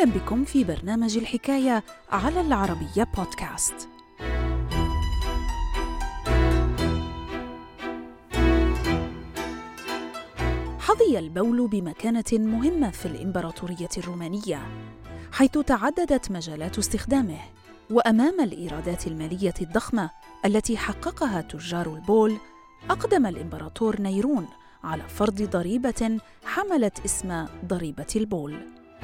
أهلا بكم في برنامج الحكاية على العربية بودكاست. حظي البول بمكانة مهمة في الإمبراطورية الرومانية، حيث تعددت مجالات استخدامه. وأمام الإيرادات المالية الضخمة التي حققها تجار البول، أقدم الإمبراطور نيرون على فرض ضريبة حملت اسم ضريبة البول.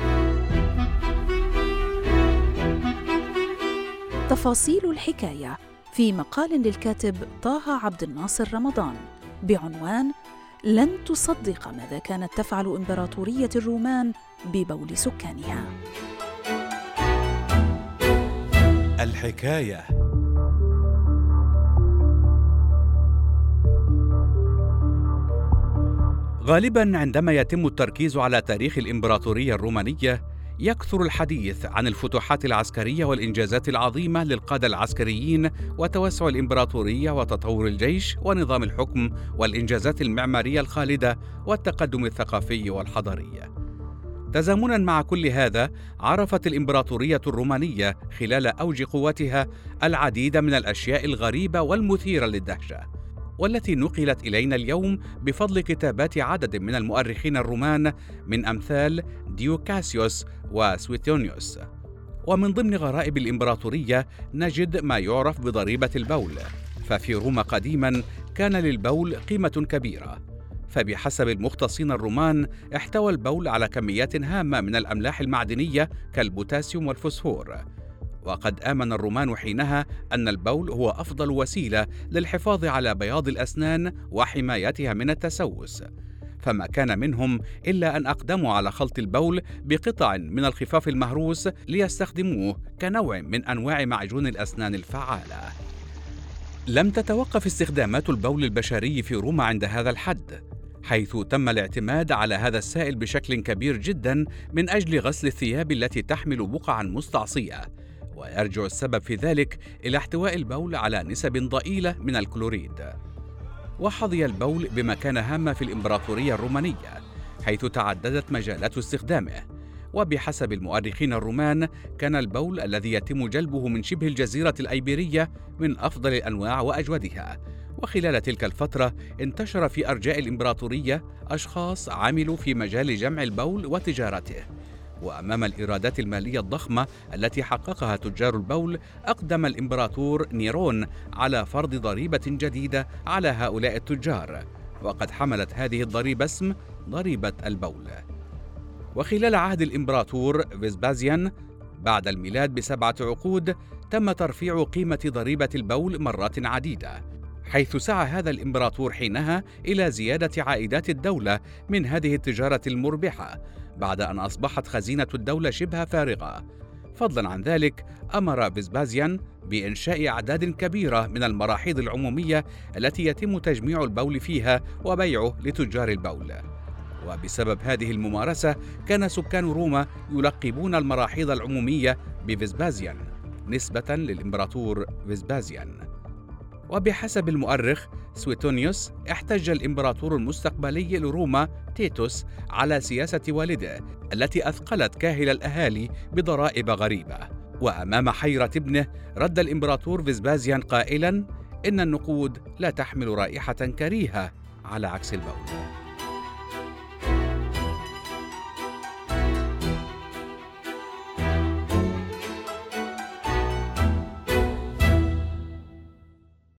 تفاصيل الحكاية في مقال للكاتب طه عبد الناصر رمضان بعنوان لن تصدق ماذا كانت تفعل إمبراطورية الرومان ببول سكانها. الحكاية. غالباً عندما يتم التركيز على تاريخ الإمبراطورية الرومانية، يكثر الحديث عن الفتوحات العسكرية والإنجازات العظيمة للقادة العسكريين وتوسع الإمبراطورية وتطور الجيش ونظام الحكم والإنجازات المعمارية الخالدة والتقدم الثقافي والحضاري. تزامناً مع كل هذا، عرفت الإمبراطورية الرومانية خلال أوج قوتها العديد من الأشياء الغريبة والمثيرة للدهشة، والتي نقلت إلينا اليوم بفضل كتابات عدد من المؤرخين الرومان من أمثال ديو كاسيوس وسويتونيوس. ومن ضمن غرائب الإمبراطورية نجد ما يعرف بضريبة البول، ففي روما قديماً كان للبول قيمة كبيرة، فبحسب المختصين الرومان احتوى البول على كميات هامة من الأملاح المعدنية كالبوتاسيوم والفوسفور. وقد آمن الرومان حينها أن البول هو أفضل وسيلة للحفاظ على بياض الأسنان وحمايتها من التسوس، فما كان منهم إلا أن أقدموا على خلط البول بقطع من الخفاف المهروس ليستخدموه كنوع من أنواع معجون الأسنان الفعالة. لم تتوقف استخدامات البول البشري في روما عند هذا الحد، حيث تم الاعتماد على هذا السائل بشكل كبير جدا من أجل غسل الثياب التي تحمل بقعا مستعصية، ويرجع السبب في ذلك إلى احتواء البول على نسب ضئيلة من الكلوريد. وحظي البول بمكانة هامة في الإمبراطورية الرومانية، حيث تعددت مجالات استخدامه. وبحسب المؤرخين الرومان كان البول الذي يتم جلبه من شبه الجزيرة الأيبيرية من أفضل الأنواع وأجودها. وخلال تلك الفترة انتشر في أرجاء الإمبراطورية أشخاص عملوا في مجال جمع البول وتجارته. وأمام الإيرادات المالية الضخمة التي حققها تجار البول، أقدم الإمبراطور نيرون على فرض ضريبة جديدة على هؤلاء التجار، وقد حملت هذه الضريبة اسم ضريبة البول. وخلال عهد الإمبراطور فيسبازيان بعد الميلاد ب7 عقود تم ترفيع قيمة ضريبة البول مرات عديدة، حيث سعى هذا الإمبراطور حينها إلى زيادة عائدات الدولة من هذه التجارة المربحة، بعد أن أصبحت خزينة الدولة شبه فارغة. فضلاً عن ذلك، أمر فيسبازيان بإنشاء أعداد كبيرة من المراحيض العمومية التي يتم تجميع البول فيها وبيعه لتجار البول. وبسبب هذه الممارسة كان سكان روما يلقبون المراحيض العمومية بفيسبازيان نسبة للإمبراطور فيسبازيان. وبحسب المؤرخ سويتونيوس، احتج الإمبراطور المستقبلي لروما تيتوس على سياسة والده التي أثقلت كاهل الأهالي بضرائب غريبة. وأمام حيرة ابنه رد الإمبراطور فيسبازيان قائلاً: إن النقود لا تحمل رائحة كريهة على عكس البول.